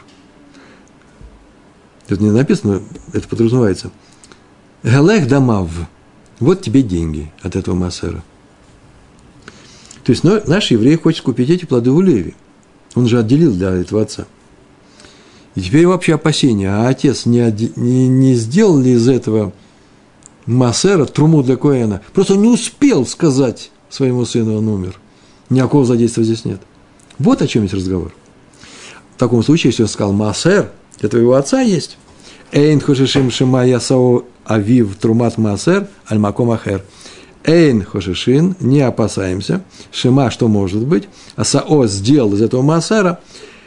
Тут не написано, это подразумевается. Галех Дамав. Вот тебе деньги от этого маасера. То есть наш еврей хочет купить эти плоды у Леви. Он же отделил для этого отца. И теперь вообще опасение. А отец не сделал ли из этого маасера, труму для коэна. Просто он не успел сказать своему сыну, он умер. Никакого задействия здесь нет. Вот о чем есть разговор. В таком случае, если он сказал маасер, для твоего отца есть. Эйн хошишим шима ясао авив трумат маасер аль маком ахер. Эйн хошишин, не опасаемся. Шима, что может быть. Асао сделал из этого маасера.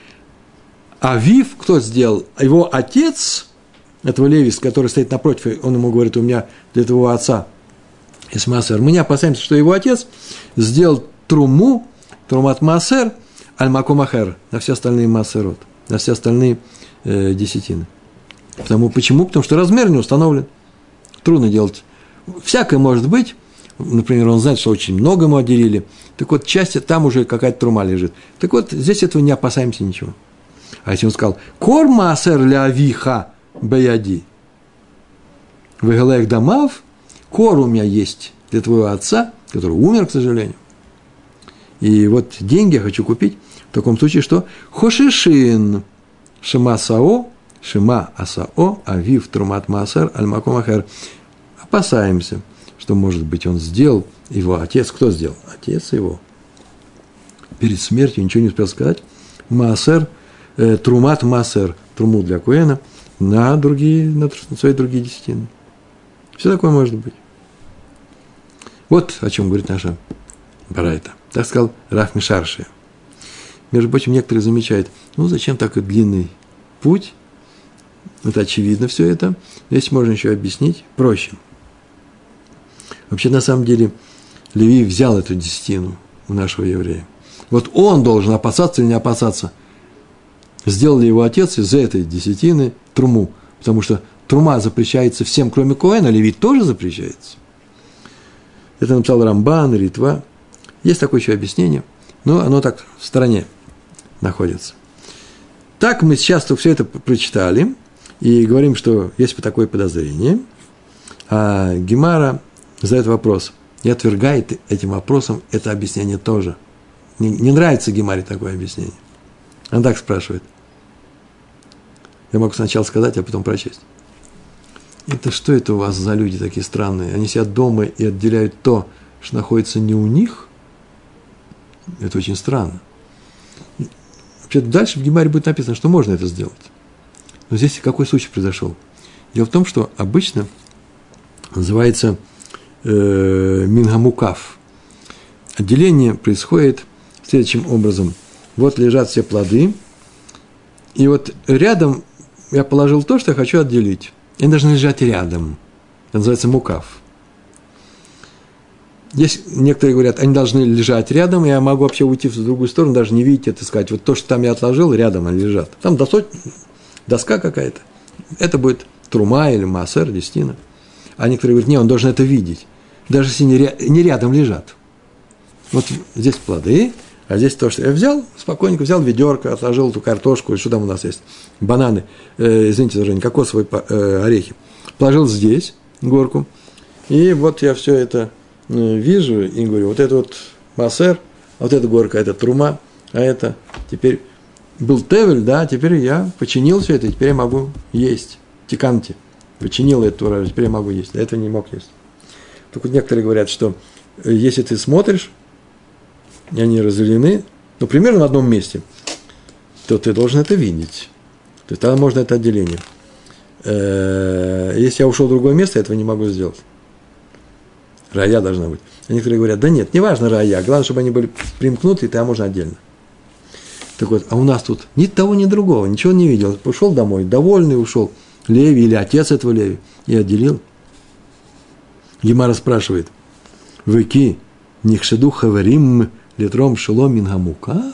Авив, кто сделал? Его отец, этого левис, который стоит напротив, он ему говорит, у меня для твоего отца есть маасер. Мы не опасаемся, что его отец сделал труму, трумат маасер, аль маком ахер, на все остальные маасерот, на все остальные десятины. Почему? Потому что размер не установлен. Трудно делать. Всякое может быть. Например, он знает, что очень много ему отделили. Так вот, часть, там уже какая-то трума лежит. Так вот, здесь этого не опасаемся ничего. А если он сказал, кор маасер ля авиха беяди, вегалех дамав, кор у меня есть для твоего отца, который умер, к сожалению. И вот деньги я хочу купить. В таком случае, что? Хошишин шима сао, шима асао, авив трумат маасер, аль маком ахер. Опасаемся, что, может быть, он сделал, его отец, кто сделал? Отец его. Перед смертью ничего не успел сказать. Маасер, трумат маасер, труму для коэна, на свои другие десятины. Все такое может быть. Вот о чем говорит наша барайта. Так сказал Рав Мишарши. Между прочим, некоторые замечают, зачем такой длинный путь? Это очевидно все это. Здесь можно еще объяснить проще. Вообще, на самом деле, Леви взял эту десятину у нашего еврея. Вот он должен опасаться или не опасаться. Сделал ли его отец из этой десятины труму? Потому что трума запрещается всем, кроме коэна, Леви тоже запрещается. Это написал Рамбан, Ритва. Есть такое еще объяснение, но оно так в стороне находится. Так мы сейчас все это прочитали и говорим, что есть такое подозрение, а Гемара задает вопрос и отвергает этим вопросом это объяснение тоже. Не нравится Гемаре такое объяснение. Он так спрашивает. Я могу сначала сказать, а потом прочесть. Это что это у вас за люди такие странные? Они сидят дома и отделяют то, что находится не у них? Это очень странно. Вообще-то дальше в Гемаре будет написано, что можно это сделать. Но здесь какой случай произошел? Дело в том, что обычно называется мингамукав. Отделение происходит следующим образом. Вот лежат все плоды, и вот рядом я положил то, что я хочу отделить. Они должны лежать рядом. Это называется мукав. Здесь некоторые говорят, они должны лежать рядом, и я могу вообще уйти в другую сторону, даже не видеть это, сказать, вот то, что там я отложил, рядом они лежат. Там доска какая-то. Это будет трума или маасер, десятина. А некоторые говорят, нет, он должен это видеть, даже если не рядом лежат. Вот здесь плоды, а здесь то, что я взял, спокойненько взял ведерко, отложил эту картошку, и что там у нас есть, бананы, извините, даже не кокосовые орехи. Положил здесь горку, и вот я все это вижу и говорю, вот это вот маасер, а вот эта горка, это трума, а это теперь был тевель, да, теперь я починил все это, и теперь я могу есть. Тиканти. Починил эту урожай, теперь я могу есть. До этого не мог есть. Только некоторые говорят, что если ты смотришь, и они разделены, примерно в одном месте, то ты должен это видеть. То есть тогда можно это отделение. Если я ушел в другое место, я этого не могу сделать. Рая должна быть. А некоторые говорят, да нет, не важно рая, главное, чтобы они были примкнуты, и тогда можно отдельно. Так вот, а у нас тут ни того, ни другого, ничего не видел. Ушел домой, довольный ушел. Леви или отец этого Леви, и отделил. Гемара спрашивает, «Выки нихшеду хаверим литром шелом мингамукав?»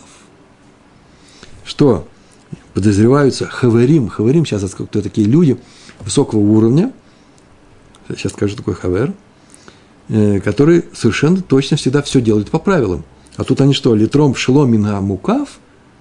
Что подозреваются хаверим. Хаверим сейчас это кто такие люди высокого уровня. Сейчас скажу, такой хавер, который совершенно точно всегда все делает по правилам. А тут они что, литром шелом мингамукав?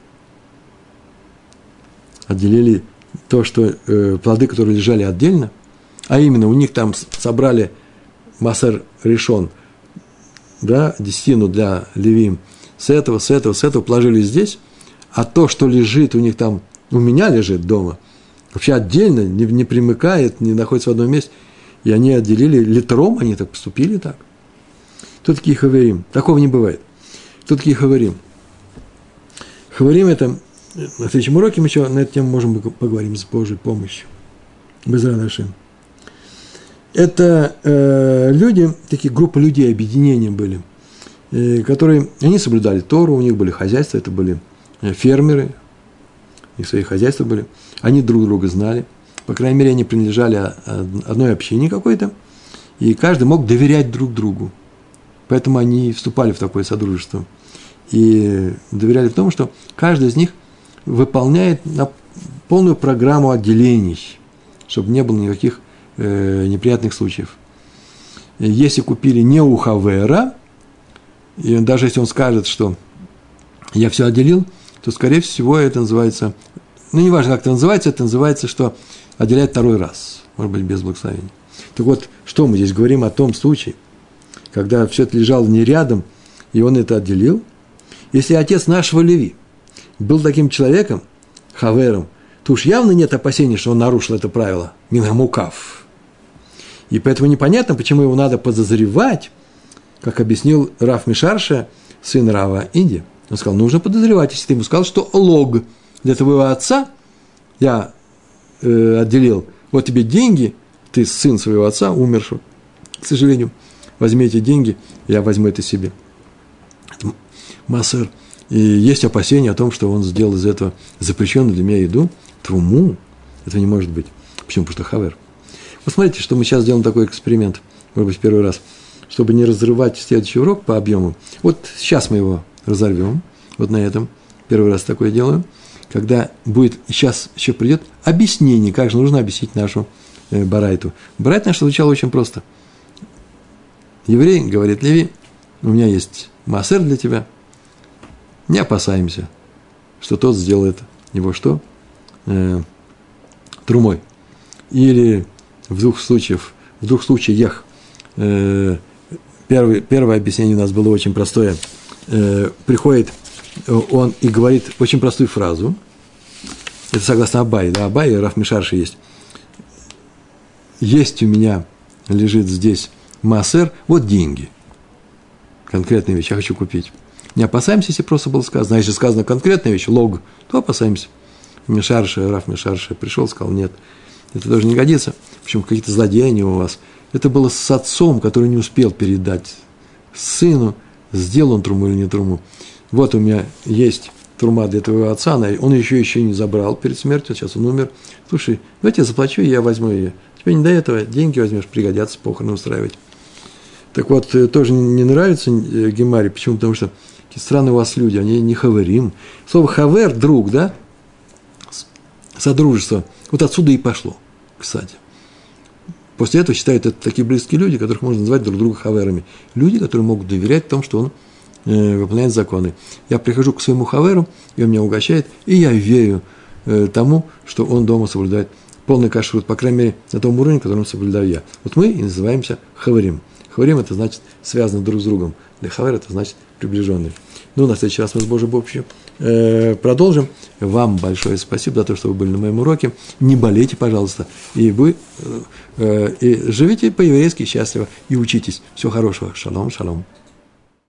Отделили то, что плоды, которые лежали отдельно, а именно у них там собрали маасер решон, да, десятину для левим, с этого положили здесь, а то, что лежит у них там, у меня лежит дома, вообще отдельно, не примыкает, не находится в одном месте, И они отделили литром, они так поступили так. Кто такие хаверим? Такого не бывает. Кто такие хаверим? Хаверим – это, на следующем уроке мы еще на эту тему можем поговорим с Божьей помощью. Безрат Ашем. Это люди, такие группы людей, объединения были, которые, они соблюдали Тору, у них были хозяйства, это были фермеры, у них свои хозяйства были, они друг друга знали, по крайней мере, они принадлежали одной общине какой-то, и каждый мог доверять друг другу, поэтому они вступали в такое содружество и доверяли в том, что каждый из них выполняет полную программу отделений, чтобы не было никаких неприятных случаев. Если купили не у хавера, и даже если он скажет, что я все отделил, то, скорее всего, это называется, неважно, как это называется, что отделяет второй раз, может быть, без благословения. Так вот, что мы здесь говорим о том случае, когда все это лежало не рядом, и он это отделил. Если отец нашего Леви был таким человеком, хавером, то уж явно нет опасений, что он нарушил это правило, мингамукав. И поэтому непонятно, почему его надо подозревать, как объяснил Рав Мишарша, сын Рава Инди. Он сказал, нужно подозревать, если ты ему сказал, что лог для твоего отца я отделил, вот тебе деньги, ты сын своего отца, умершего, к сожалению, возьми эти деньги, я возьму это себе. Это массер. И есть опасения о том, что он сделал из этого запрещенную для меня еду, труму. Это не может быть. Почему? Потому что хавер. Посмотрите, что мы сейчас сделаем такой эксперимент, может быть, в первый раз, чтобы не разрывать следующий урок по объему. Вот сейчас мы его разорвем, вот на этом, первый раз такое делаю, когда будет, сейчас еще придет объяснение, как же нужно объяснить нашу барайту. Барайта наша звучала очень просто. Еврей, говорит Леви, у меня есть маасер для тебя, не опасаемся, что тот сделает его что? Трумой. Или в двух случаях, первое объяснение у нас было очень простое. Приходит он и говорит очень простую фразу. Это согласно Абай, да, Абай и Рав Мишарши есть. Есть у меня, лежит здесь маасер, вот деньги. Конкретная вещь, я хочу купить. Не опасаемся, если просто было сказано. А если сказано конкретная вещь, лог, то опасаемся. Мишарша, Рав Мишарша пришел, сказал, нет, это тоже не годится. Почему какие-то злодеяния у вас. Это было с отцом, который не успел передать сыну, сделал он труму или не труму. Вот у меня есть трума для твоего отца, он еще не забрал перед смертью, сейчас он умер. Слушай, давайте я заплачу, и я возьму ее. Тебе не до этого, деньги возьмешь, пригодятся похороны устраивать. Так вот, тоже не нравится Гемаре. Почему? Потому что какие странные у вас люди, они не хаверим. Слово хавер, друг, да? Содружество. Вот отсюда и пошло, кстати. После этого считают это такие близкие люди, которых можно назвать друг друга хаверами. Люди, которые могут доверять в том, что он выполняет законы. Я прихожу к своему хаверу, и он меня угощает, и я верю тому, что он дома соблюдает полный кашрут, по крайней мере, на том уровне, которым соблюдаю я. Вот мы и называемся хаверим. Хаверим – это значит связаны друг с другом. Для хавер – это значит приближенные. Ну, на следующий раз мы с Божьей помощью продолжим. Вам большое спасибо за то, что вы были на моем уроке. Не болейте, пожалуйста, и живите по-еврейски счастливо, и учитесь. Всего хорошего. Шалом, шалом.